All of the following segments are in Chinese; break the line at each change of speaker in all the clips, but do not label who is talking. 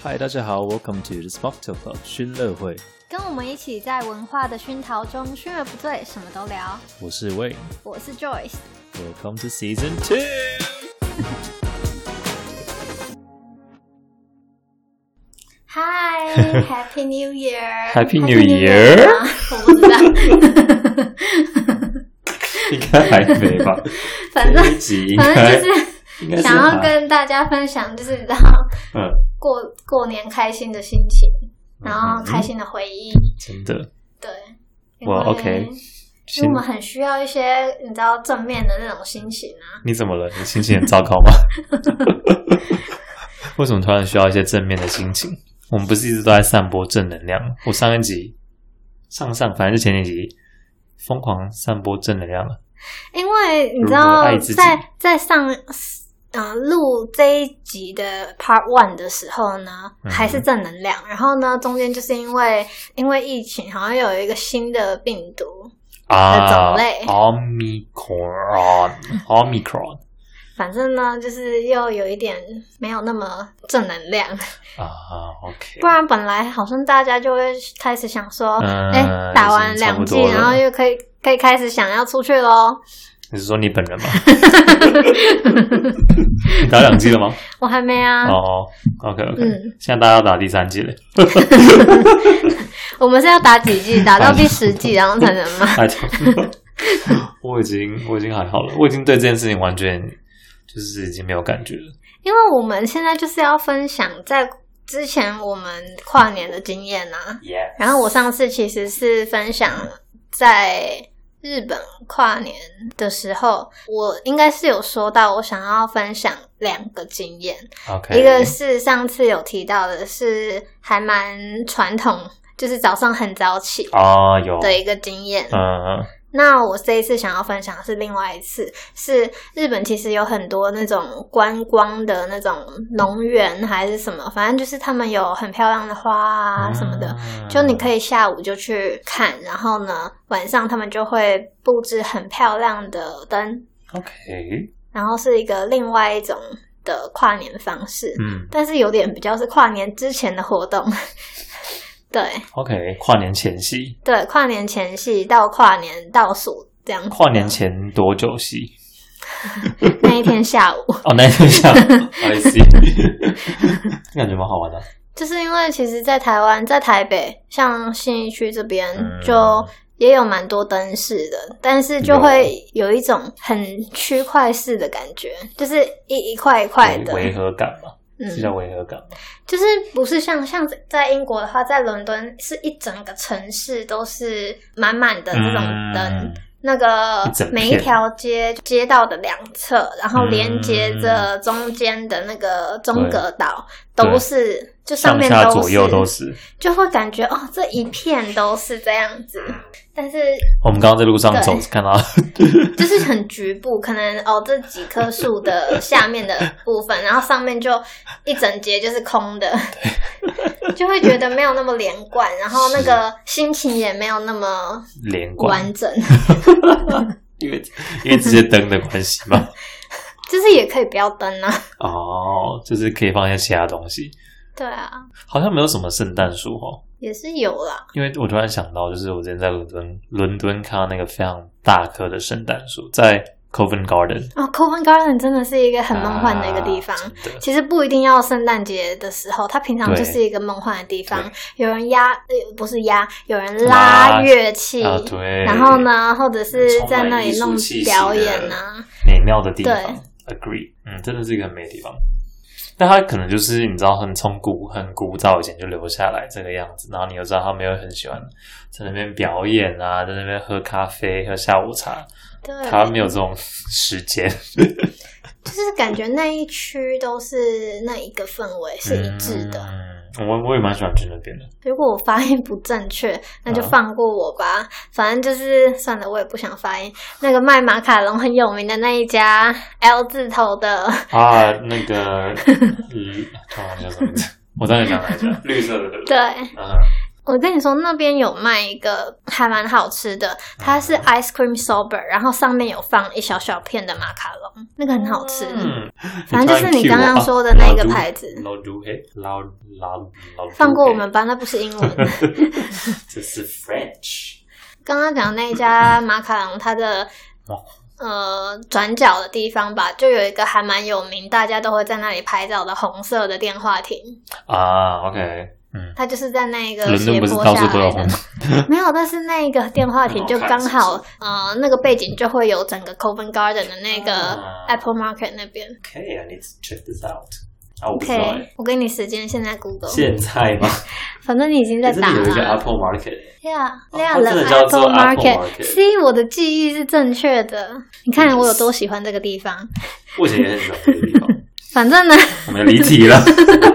嗨，大家好 ，Welcome to the Smoke Talk Club 熏乐会，
跟我们一起在文化的熏陶中，熏而不醉，什么都聊。
我是 Wayne，
我是 Joyce。Welcome
to Season 2。
Hi, Happy New Year!
Happy New Year!
我不知道，
应该还没吧？
反正
就是
想要跟大家分享，就是然后过年开心的心情，然后开心的回忆。
真的，
对，
哇 OK，
因为我们很需要一些你知道正面的那种心情啊。
你怎么了？你心情很糟糕吗？为什么突然需要一些正面的心情？我们不是一直都在散播正能量？我上一集、反正就前几集疯狂散播正能量了。
因为你知道，在上录这一集的 Part 1 的时候呢，还是正能量。然后呢，中间就是因为疫情，好像有一个新的病毒的种类
Omicron。
反正呢，就是又有一点没有那么正能量
OK。
不然本来好像大家就会开始想说，打完2剂，然后又可以开始想要出去咯。
你是说你本人吗？你打2剂了吗？
我还没啊。
OK。现在大家要打第3剂了。
我们是要打几剂？打到第10剂然后才能吗？
我已经还好了，我已经对这件事情完全就是已经没有感觉了。
因为我们现在就是要分享在之前我们跨年的经验啊。
Yes.
然后我上次其实是分享在日本跨年的时候，我应该是有说到我想要分享2个经验。
Okay.
一个是上次有提到的是还蛮传统，就是早上很早起
有
的一个经验。那我这一次想要分享的是另外一次，是日本其实有很多那种观光的那种农园还是什么，反正就是他们有很漂亮的花啊什么的，就你可以下午就去看，然后呢晚上他们就会布置很漂亮的灯。
OK，
然后是一个另外一种的跨年方式，但是有点比较是跨年之前的活动。对
，OK， 跨年前夕，
对，跨年前夕到跨年倒数这样子。
跨年前多久夕？
那一天下午。
那一天下午I see 感觉蛮好玩的。
就是因为其实在台湾，在台北，像信义区这边就也有蛮多灯饰的，但是就会有一种很区块式的感觉，就是一块一块的
违和感嘛。是叫违和感吗？
就是不是像在英国的话，在伦敦是一整个城市都是满满的这种灯，那个每一条街道的2侧，然后连接着中间的那个中隔岛都是，就上面
上下左右都是，
就会感觉这一片都是这样子。但是
我们刚刚在路上走看到
就是很局部，可能这几棵树的下面的部分，然后上面就一整节就是空的，就会觉得没有那么连贯，然后那个心情也没有那么
连贯
完整。
因为这些灯的关系嘛。
就是也可以不要灯啊。
就是可以放一些其他东西。
对啊，
好像没有什么圣诞树
也是有啦。
因为我突然想到，就是我之前在伦敦看到那个非常大棵的圣诞树，在 Covent Garden。Covent
Garden 真的是一个很梦幻的一个地方。其实不一定要圣诞节的时候，它平常就是一个梦幻的地方。有人有人拉乐器，
对。
然后呢，或者是在那里弄表演啊，
美妙的地方。Agree， 真的是一个很美的地方。但它可能就是你知道很古早以前就留下来这个样子，然后你又知道他们又很喜欢在那边表演啊，在那边喝咖啡喝下午茶。对，台湾没有这种时间。
就是感觉那一区都是那一个氛围是一致的。
我也蛮喜欢去那边的。
如果我发音不正确，那就放过我吧。反正就是算了，我也不想发音。那个卖马卡龙很有名的那一家 L 字头的
那个突然叫什么名字？我刚才讲哪一家？绿色的对不对？
对。 我跟你说，那边有卖一个还蛮好吃的，它是 ice cream sorbet， 然后上面有放一小小片的马卡龙，那个很好吃。反正就是你刚刚说的那个牌子。放过我们吧，那不是英文。
这是 French。
刚刚讲那一家马卡龙，它的转角的地方吧，就有一个还蛮有名，大家都会在那里拍照的红色的电话亭
啊。OK。
它就是在那个
斜坡下来的，
没有，但是那个电话亭就刚好，那个背景就会有整个 Covent Garden 的那个 Apple Market 那边。
Okay, I need to check this out.
OK， 我给你时间，现在 Google。
现在吗？
反正你已经在打了。
有一个 Apple Market。
Yeah, Apple Market。See， 我的记忆是正确的。你看我有多喜欢这个地方。
我以前也很喜欢这个地方。
反正呢，
我们离题了。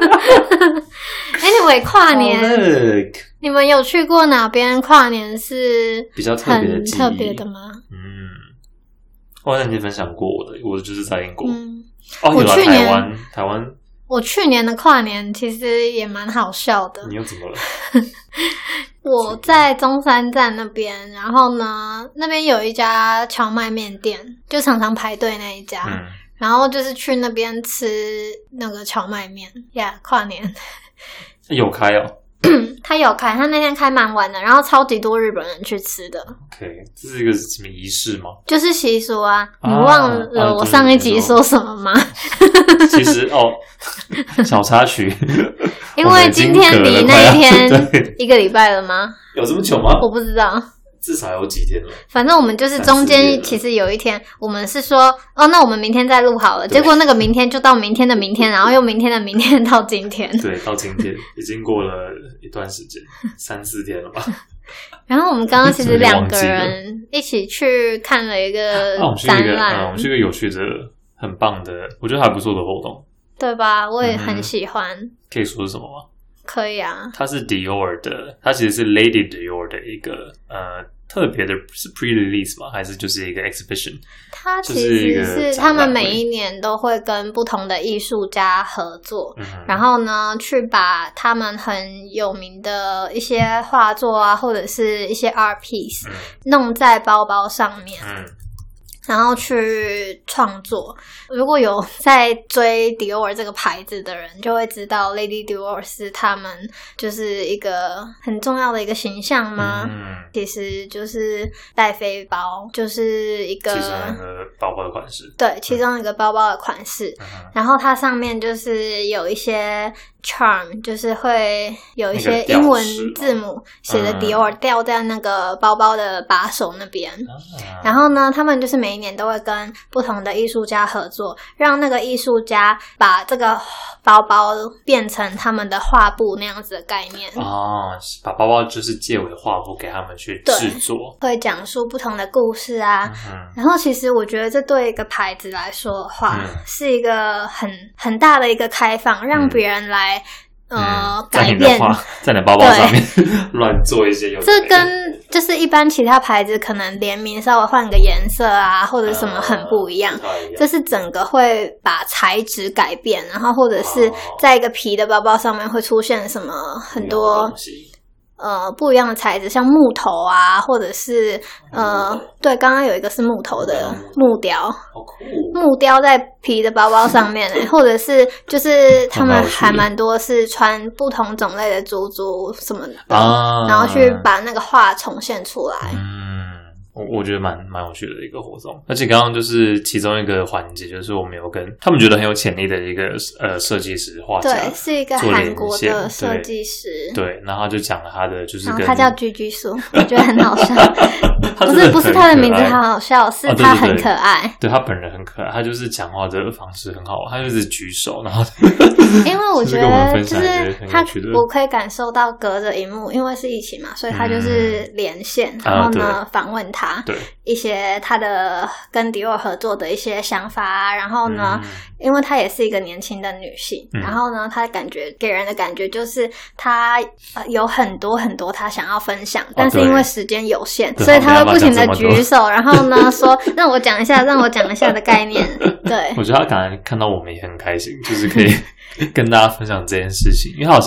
Anyway， 跨年，你们有去过哪边跨年是
比较特别的记忆？
特别的吗？
我好像已经分享过我就是在英国。
我去年
台湾，
我去年的跨年其实也蛮好笑的。
你又怎么了？
我在中山站那边，然后呢，那边有一家荞麦面店，就常常排队那一家。然后就是去那边吃那个荞麦面呀，跨年
有开哦。
他有开，他那天开蛮晚的，然后超级多日本人去吃的。
OK， 这是一个什么仪式吗？
就是习俗啊！你忘了我上一集说什么吗？
其实小插曲。
因为今天离那一天1个礼拜了吗？
有这么久吗？
我不知道。
至少有几天了。
反正我们就是中间其实有一天，我们是说那我们明天再录好了。结果那个明天就到明天的明天，然后又明天的明天到今天。
对，到今天已经过了一段时间，3-4天了吧。
然后我们刚刚其实2个人一起去看了一个展览。
我们去一个有趣的、很棒的，我觉得还不错的活动，
对吧？我也很喜欢。
可以说是什么吗？
可以啊，
它是 Dior 的，它其实是 Lady Dior 的一个特别的，是 pre-release 吗？还是就是一个 exhibition？
它其实是他们每一年都会跟不同的艺术家合作，然后呢，去把他们很有名的一些画作啊，或者是一些 art piece 弄在包包上面。然后去创作。如果有在追 Dior 这个牌子的人，就会知道 Lady Dior 是他们就是一个很重要的一个形象吗？其实就是带飞包，就是一个
其中一个包包的款式。
对，其中一个包包的款式。然后它上面就是有一些 charm， 就是会有一些英文字母写的 Dior 掉在那个包包的把手那边。然后呢，他们就是每一年都会跟不同的艺术家合作，让那个艺术家把这个包包变成他们的画布那样子的概念。
把包包就是借为画布给他们去制作，
会讲述不同的故事啊。然后其实我觉得这对一个牌子来说的话，是一个很大的一个开放，让别人来改变
在你的包包上面乱做一些有的没的。
这跟就是一般其他牌子可能联名稍微换个颜色啊，或者什么很不一样。这是整个会把材质改变，然后或者是在一个皮的包包上面会出现什么很多不一样的材质，像木头啊，或者是对，刚刚有一个是木头的木雕，木雕在皮的包包上面或者是就是他们还蛮多是穿不同种类的珠珠什么的，然后去把那个画重现出来。
我觉得蛮有趣的一个活动，而且刚刚就是其中一个环节，就是我们有跟他们觉得很有潜力的一个设计师画家，
对，是一个韩国的设计师，
对，然后他就讲了他的就是
然后他叫居居树，我觉得很好笑，不是他的名字很好笑，是他很可爱，
对，他本人很可爱，他就是讲话的方式很好玩，他就是举手，然后
因为我觉得就是他，我可以感受到隔着荧幕，因为是疫情嘛，所以他就是连线，然后呢访问他。
对
一些他的跟迪奥合作的一些想法啊，然后呢，因为她也是一个年轻的女性，然后呢，她感觉给人的感觉就是她有很多很多她想要分享，但是因为时间有限，所以她会不停的举手，然后呢说让我讲一下的概念。对，
我觉得她刚才看到我们也很开心，就是可以跟大家分享这件事情，因为她好像也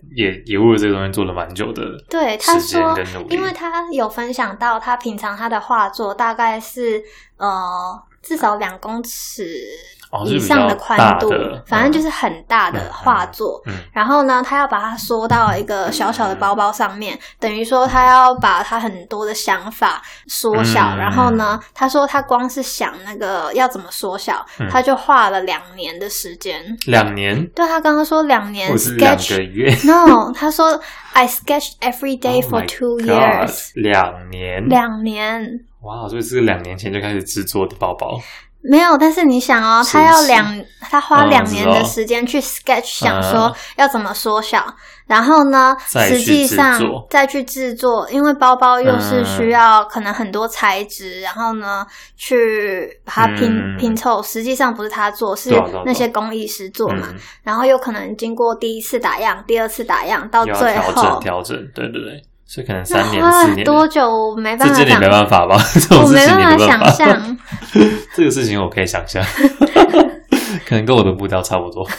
也为了这个东西做了蛮久的
对，他
时间跟努力。
因为他有分享到，他平常他的画作大概是至少2公尺以上的宽度，反正就是很大的画作。然后呢，他要把它缩到一个小小的包包上面，等于说他要把他很多的想法缩小。然后呢，他说他光是想那个要怎么缩小，他就花了2年的时间。
2年？
对，他刚刚说2年，
不是2个月。
No， 他说 I sketched every day for 2 years。
2年
？2年。
哇，所以是2年前就开始制作的包包。
没有，但是你想哦，他花2年的时间去 sketch，想说要怎么缩小，然后呢，实际上再去制作，因为包包又是需要可能很多材质，然后呢去把它拼凑，实际上不是他做，是那些工艺师做嘛，然后又可能经过第1次打样、第2次打样，到最后
调整，对。所以可能3年4年
多久我没办法
想，这你没办法吧？
我没办法想象。
这个事情我可以想象，可能跟我的步调差不多。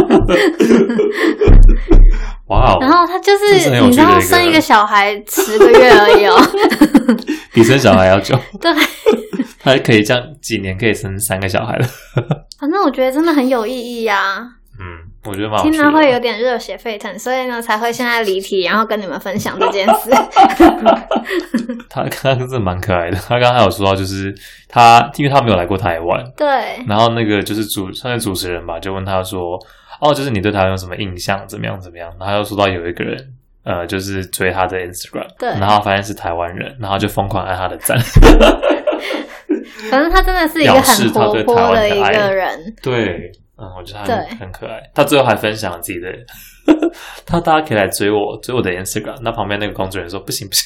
哇哦！
然后他就是你知道生一个小孩10个月而已哦，
比生小孩要久。
对，
他可以这样几年可以生3个小孩了。
反正我觉得真的很有意义啊。
我觉得蛮好
听了会有点热血沸腾，所以呢才会现在离题，然后跟你们分享这件事。
他刚刚真的蛮可爱的，他刚刚还有说到，就是他因为他没有来过台湾，
对，
然后那个就是算是主持人吧，就问他说，就是你对台湾有什么印象，怎么样，然后他又说到有一个人就是追他的 Instagram， 对，然后发现是台湾人，然后就疯狂按他的赞。
反正他真的是一个很活泼的一个人，
对。我觉得他很可爱。他最后还分享了自己的，大家可以来追我的 Instagram。那旁边那个工作人员说不行，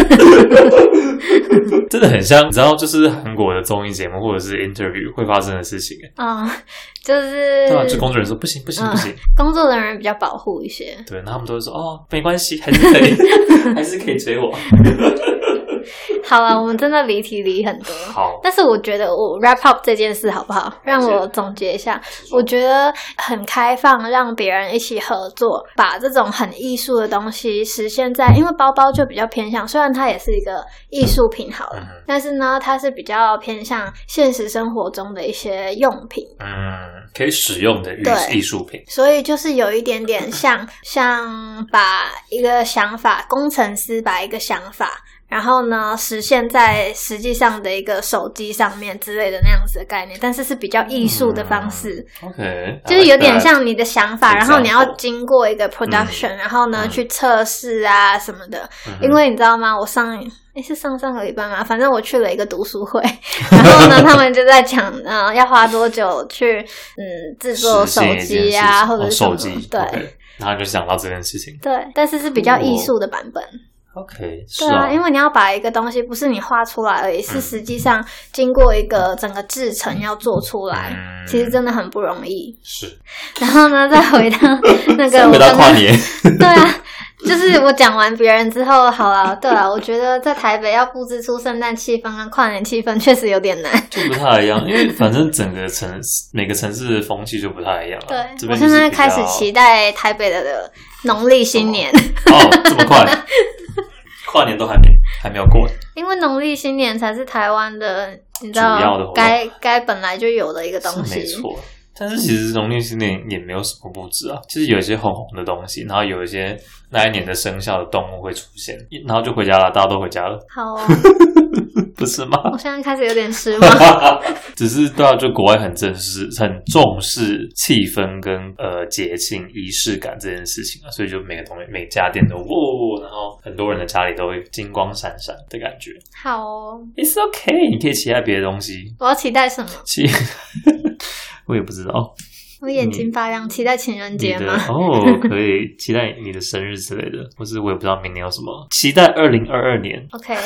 真的很像，你知道，就是韩国的综艺节目或者是 interview 会发生的事情。
就是
对啊，就工作人员说不行。
工作人员比较保护一些，
对，那他们都会说没关系，还是可以，还是可以追我。
好了，我们真的离题离很多。
好，
但是我觉得我 wrap up 这件事好不好？让我总结一下，我觉得很开放，让别人一起合作，把这种很艺术的东西实现在，因为包包就比较偏向，虽然它也是一个艺术品好了，但是呢，它是比较偏向现实生活中的一些用品，
可以使用的艺术品，
所以就是有一点点像把一个想法，工程师把一个想法。然后呢，实现在实际上的一个手机上面之类的那样子的概念，但是是比较艺术的方式。
OK，
就是有点像你的想法，然后你要经过一个 production，然后呢去测试啊什么的。因为你知道吗？我是上个礼拜吗？反正我去了一个读书会，然后呢，他们就在讲要花多久去制作手机啊，或者是
手机
对，
然后就想到这件事情。
对，但是比较艺术的版本。
OK，
对啊，因为你要把一个东西不是你画出来而已，是实际上经过一个整个制程要做出来，其实真的很不容易。
是。
然后呢，再回到那个，
回到跨年。
对啊，就是我讲完别人之后，好啦，对啊，我觉得在台北要布置出圣诞气氛跟跨年气氛，确实有点难，
就不太一样，因为反正整个每个城市的风气就不太一样。
对，我现在开始期待台北的农历新年。
这么快？跨年都还没有过，
因为农历新年才是台湾的，你知道，该本来就有的一个东西，
没错。但是其实农历新年也没有什么布置啊，就是有一些红红的东西，然后有一些那一年的生肖的动物会出现，然后就回家了，大家都回家了。
好
不是吗？
我现在开始有点失望。
只是对啊，就国外很重视气氛跟节庆仪式感这件事情啊，所以就每个家店都然后很多人的家里都会金光闪闪的感觉。
好哦
，It's okay， 你可以期待别的东西。
我要期待什么？
我也不知道。
我眼睛发亮，期待情人节吗？
可以期待你的生日之类的，或是我也不知道明年有什么，期待2022年。
OK，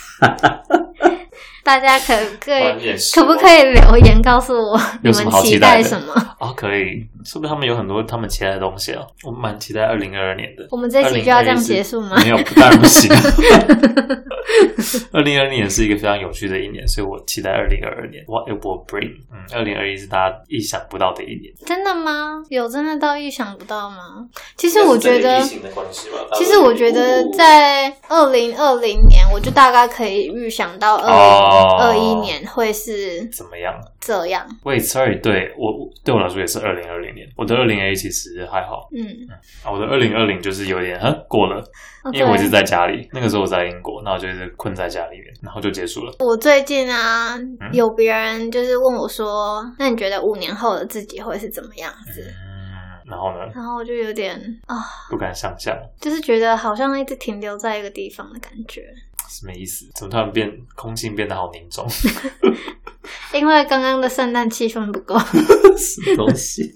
大家可不可以留言告诉我你们期待什么？
可以， 说不定他们有很多他们期待的东西啊。我蛮期待2022年的。
我们这一集就要这样结束吗？
没有，当然不行。2020年是一个非常有趣的一年，所以我期待2022年 What it will bring。 2021是大家意想不到的一年。
真的吗？有真的到意想不到吗？其实我觉得，
疫情的关系吧。
其实我觉得在2020年，我就大概可以预想到2021年会是
怎么样？
这样。
Wait, sorry， 对我来说也是2020年。我的2021其实还好。我的2020就是有点过了。因为我一直在家里，那个时候我在英国，然后就一直困在家里面，然后就结束了。
我最近啊，有别人就是问我说，那你觉得5年后的自己会是怎么样子？
然后呢？
然后我就有点
不敢想象，
就是觉得好像一直停留在一个地方的感觉。
什么意思？怎么突然空气变得好凝重？
因为刚刚的圣诞气氛不够。
什么东西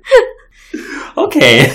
？OK，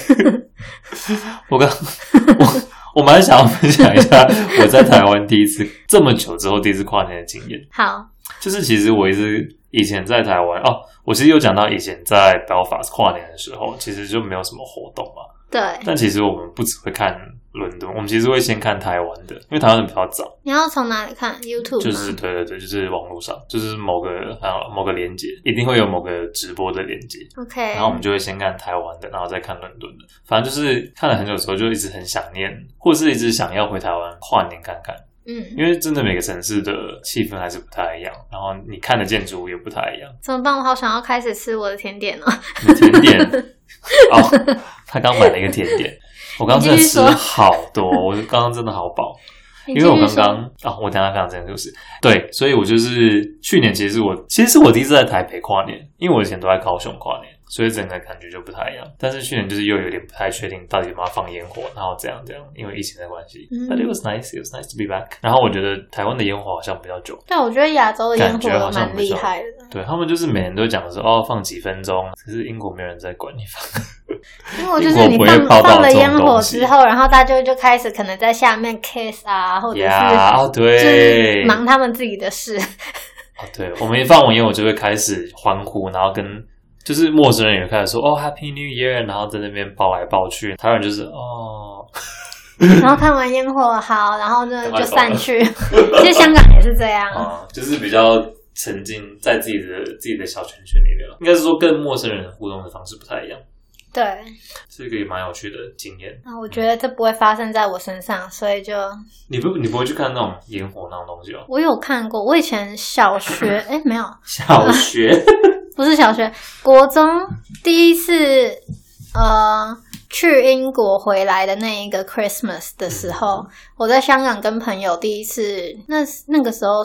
我蛮想要分享一下我在台湾这么久之后第一次跨年的经验。
好，
就是其实我以前在台湾我其实有讲到以前在 Belfast 跨年的时候，其实就没有什么活动嘛。
对。
但其实我们不只会看伦敦，我们其实会先看台湾的，因为台湾的比较早。
你要从哪里看 ？YouTube
就是对，就是网络上，就是某个连结，一定会有某个直播的连结。
OK，
然后我们就会先看台湾的，然后再看伦敦的。反正就是看了很久之后，就一直很想念，或是一直想要回台湾跨年看看。因为真的每个城市的气氛还是不太一样，然后你看的建筑物也不太一样。
怎么办？我好想要开始吃我的甜点哦。
你的甜点他刚买了一个甜点，我刚真的吃好多，我刚刚真的好饱。因为我刚刚我等一下分享这件故事。对，所以我就是去年其实是我第一次在台北跨年，因为我以前都在高雄跨年，所以整个感觉就不太一样。但是去年就是又有点不太确定到底有没有放烟火，然后这样，因为疫情的关系。But it was nice to be back。然后我觉得台湾的烟火好像比较久。
对，我觉得亚洲的烟火蛮厉害的。
对，他们就是每人都讲说放几分钟，可是英国没有人在管你放。
因为就是你放了烟火之后，然后大家就开始可能在下面 kiss 或者是
对，
就是忙他们自己的事。
对，我们一放完烟火就会开始欢呼，然后跟就是陌生人也开始说Happy New Year， 然后在那边抱来抱去。台湾人就是
然后看完烟火好，然后就散去。其实香港也是这样
就是比较沉浸在自己的小圈圈里面，应该是说跟陌生人互动的方式不太一样。
对，
是一个也蛮有趣的经验。
我觉得这不会发生在我身上，所以就
你不会去看那种烟火那种东西哦？
我有看过，我以前小学没有
小学
不是小学，国中第一次去英国回来的那一个 Christmas 的时候，我在香港跟朋友第一次，那个时候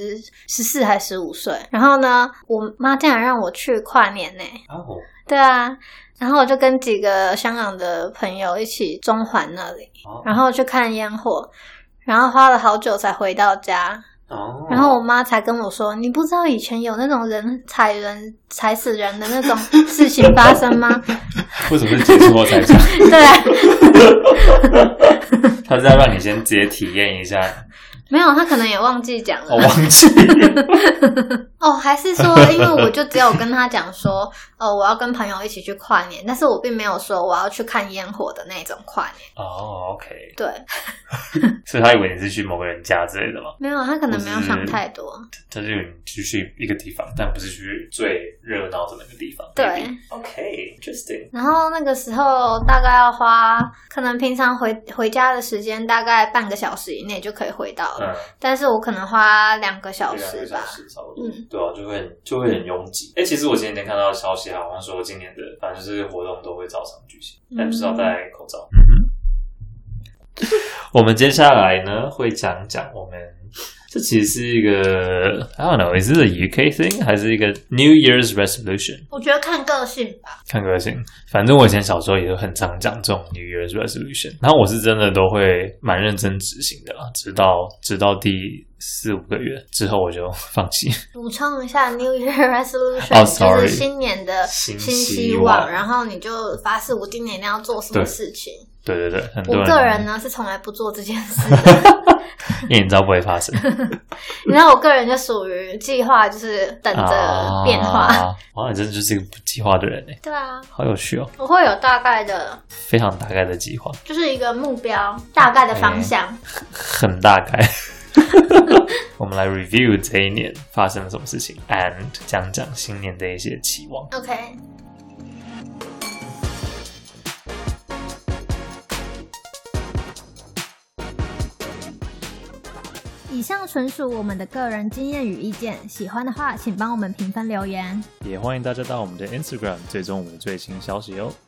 14还15岁，然后呢，我妈竟然让我去跨年呢。对啊，然后我就跟几个香港的朋友一起中环那里，然后去看烟火，然后花了好久才回到家。然后我妈才跟我说，你不知道以前有那种人踩死人的那种事情发生吗？
为什么是结束后才讲？
对啊。
他是要让你先直接体验一下。
没有，他可能也忘记讲了。
我忘记。
还是说，因为我就只有跟他讲说，我要跟朋友一起去跨年，但是我并没有说我要去看烟火的那种跨年。
OK。
对。
所以他以为你是去某个人家之类的吗？
没有，他可能没有想太多。
他就去一个地方，但不是去最热闹的那个地方。
对。
OK，interesting。
然后那个时候大概要花，可能平常回家的时间大概半个小时以内就可以回到了，但是我可能花2个小时吧。
差不多。对啊，就会很拥挤。其实我前几天看到的消息，好像说今年的反正就是活动都会照常举行，但至少戴口罩。我们接下来呢会讲我们这其实是一个 I don't know, is it a UK thing 还是一个 New Year's resolution？
我觉得看个性吧。看
个性，反正我以前小时候也都很常讲这种 New Year's resolution， 然后我是真的都会蛮认真执行的啦，直到第4-5个月之后我就放弃。
补充一下 New Year resolution，就是新年的新希望，然后你就发誓我今年一定要做什么事情。
对，很多人。
我个人呢是从来不做这件事的。
因为你知道不会发生。
然后我个人就属于计划，就是等着变化。
哇，你真的就是一个不计划的人耶。
对啊，
好有趣哦。
我会有大概的，
非常大概的计划，
就是一个目标，大概的方向，
很大概。我们来 review 这一年发生了什么事情 and 讲讲新年的一些期望。
OK，以上纯属我们的个人经验与意见，喜欢的话请帮我们评分留言，
也欢迎大家到我们的 Instagram 追踪我们的最新消息哦。